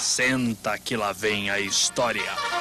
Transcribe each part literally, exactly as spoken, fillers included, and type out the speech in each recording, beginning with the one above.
Senta que lá vem a história.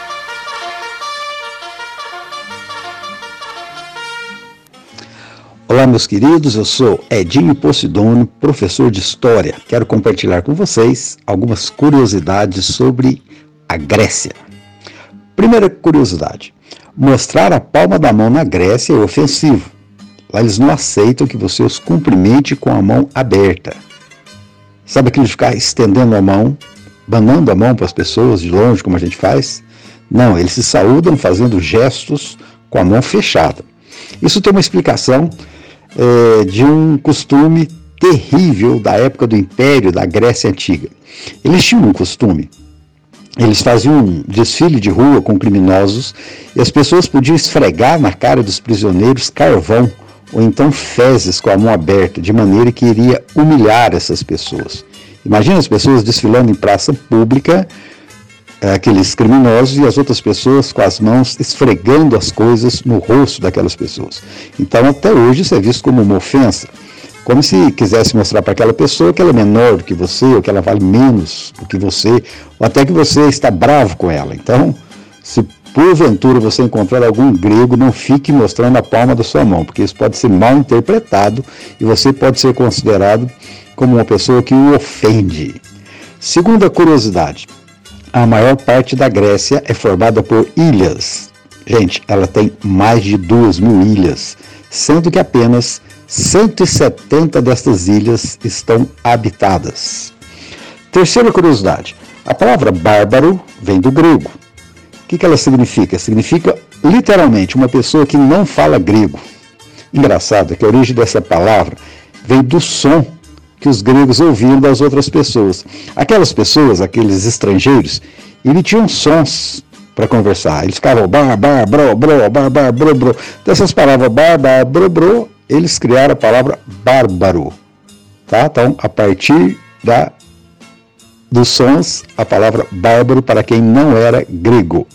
Olá, meus queridos, eu sou Edinho Posidônio, professor de História. Quero compartilhar com vocês algumas curiosidades sobre a Grécia. Primeira curiosidade: mostrar a palma da mão na Grécia é ofensivo. Lá eles não aceitam que você os cumprimente com a mão aberta. Sabe aquilo de ficar estendendo a mão, banando a mão para as pessoas de longe, como a gente faz? Não, eles se saúdam fazendo gestos com a mão fechada. Isso tem uma explicação é, de um costume terrível da época do Império da Grécia Antiga. Eles tinham um costume, eles faziam um desfile de rua com criminosos e as pessoas podiam esfregar na cara dos prisioneiros carvão ou então fezes com a mão aberta, de maneira que iria humilhar essas pessoas. Imagina as pessoas desfilando em praça pública, aqueles criminosos, e as outras pessoas com as mãos esfregando as coisas no rosto daquelas pessoas. Então, até hoje, isso é visto como uma ofensa, como se quisesse mostrar para aquela pessoa que ela é menor do que você, ou que ela vale menos do que você, ou até que você está bravo com ela. Então, se porventura você encontrar algum grego, não fique mostrando a palma da sua mão, porque isso pode ser mal interpretado e você pode ser considerado como uma pessoa que o ofende. Segunda curiosidade: a maior parte da Grécia é formada por ilhas. Gente, ela tem mais de duas mil ilhas, sendo que apenas cento e setenta destas ilhas estão habitadas. Terceira curiosidade: a palavra bárbaro vem do grego. O que, que ela significa? Significa literalmente uma pessoa que não fala grego. Engraçado é que a origem dessa palavra vem do som que os gregos ouviam das outras pessoas. Aquelas pessoas, aqueles estrangeiros, emitiam sons para conversar. Eles ficavam bar, bar, bro, bro, bar, bar, bro, bro. Dessas palavras bar, bar, bro, bro, eles criaram a palavra bárbaro. Tá? Então, a partir da, dos sons, a palavra bárbaro para quem não era grego.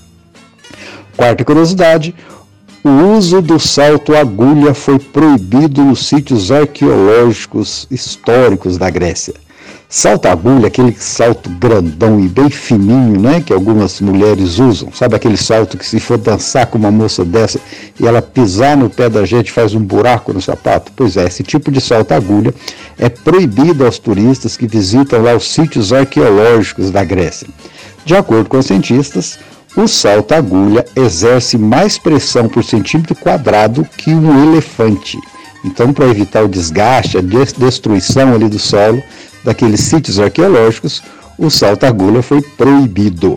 Quarta curiosidade: o uso do salto agulha foi proibido nos sítios arqueológicos históricos da Grécia. Salto agulha, aquele salto grandão e bem fininho, né, que algumas mulheres usam. Sabe aquele salto que, se for dançar com uma moça dessa e ela pisar no pé da gente, faz um buraco no sapato? Pois é, esse tipo de salto agulha é proibido aos turistas que visitam lá os sítios arqueológicos da Grécia. De acordo com os cientistas, o salto agulha exerce mais pressão por centímetro quadrado que um elefante. Então, para evitar o desgaste, a destruição ali do solo daqueles sítios arqueológicos, o salto agulha foi proibido.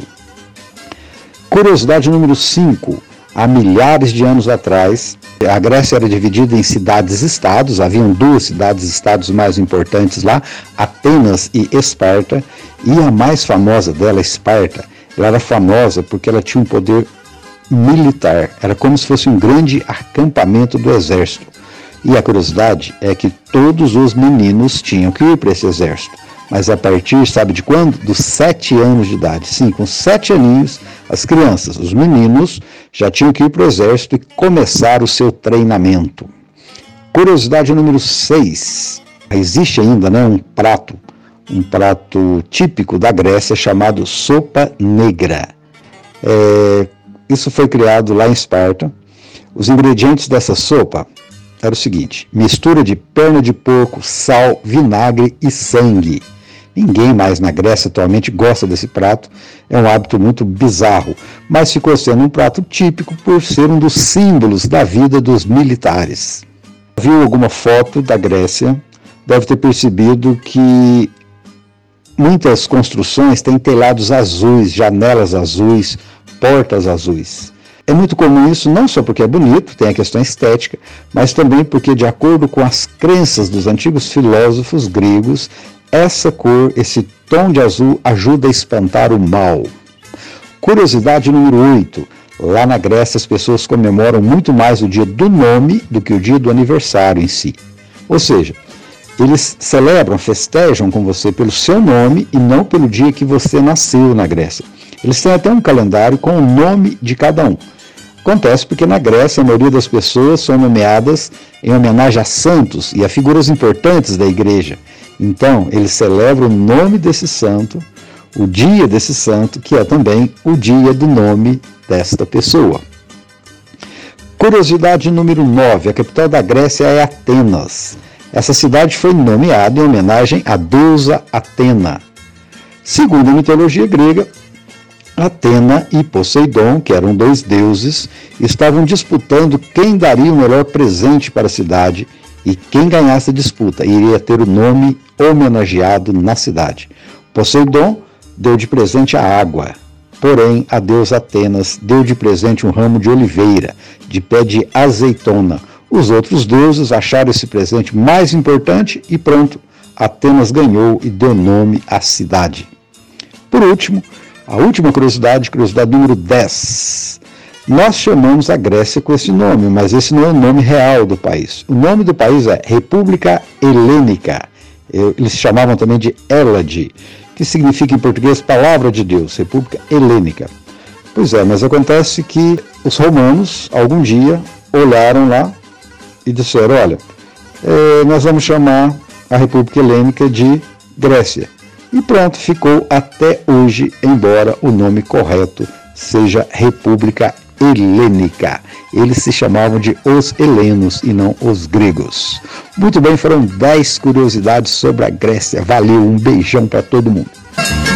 Curiosidade número cinco. Há milhares de anos atrás, a Grécia era dividida em cidades-estados. Haviam duas cidades-estados mais importantes lá, Atenas e Esparta, e a mais famosa dela, Esparta, ela era famosa porque ela tinha um poder militar. Era como se fosse um grande acampamento do exército. E a curiosidade é que todos os meninos tinham que ir para esse exército. Mas a partir, sabe de quando? Dos sete anos de idade. Sim, com sete aninhos, as crianças, os meninos, já tinham que ir para o exército e começar o seu treinamento. Curiosidade número seis. Existe ainda, né, um prato, um prato típico da Grécia chamado sopa negra. É, isso foi criado lá em Esparta. Os ingredientes dessa sopa eram o seguinte: mistura de perna de porco, sal, vinagre e sangue. Ninguém mais na Grécia atualmente gosta desse prato, é um hábito muito bizarro, mas ficou sendo um prato típico por ser um dos símbolos da vida dos militares. Viu alguma foto da Grécia, deve ter percebido que muitas construções têm telhados azuis, janelas azuis, portas azuis. É muito comum isso, não só porque é bonito, tem a questão estética, mas também porque, de acordo com as crenças dos antigos filósofos gregos, essa cor, esse tom de azul, ajuda a espantar o mal. Curiosidade número oito. Lá na Grécia as pessoas comemoram muito mais o dia do nome do que o dia do aniversário em si. Ou seja, eles celebram, festejam com você pelo seu nome e não pelo dia que você nasceu na Grécia. Eles têm até um calendário com o nome de cada um. Acontece porque na Grécia a maioria das pessoas são nomeadas em homenagem a santos e a figuras importantes da igreja. Então, eles celebram o nome desse santo, o dia desse santo, que é também o dia do nome desta pessoa. Curiosidade número nove. A capital da Grécia é Atenas. Essa cidade foi nomeada em homenagem à deusa Atena. Segundo a mitologia grega, Atena e Poseidon, que eram dois deuses, estavam disputando quem daria o melhor presente para a cidade, e quem ganhasse a disputa iria ter o nome homenageado na cidade. Poseidon deu de presente a água, porém a deusa Atenas deu de presente um ramo de oliveira, de pé de azeitona. Os outros deuses acharam esse presente mais importante e pronto, Atenas ganhou e deu nome à cidade. Por último, a última curiosidade, curiosidade número dez. Nós chamamos a Grécia com esse nome, mas esse não é o nome real do país. O nome do país é República Helênica. Eles chamavam também de Hélade, que significa em português Palavra de Deus, República Helênica. Pois é, mas acontece que os romanos, algum dia, olharam lá e disseram, olha, é, nós vamos chamar a República Helênica de Grécia. E pronto, ficou até hoje, embora o nome correto seja República Helênica. Eles se chamavam de os helenos e não os gregos. Muito bem, foram dez curiosidades sobre a Grécia. Valeu, um beijão para todo mundo.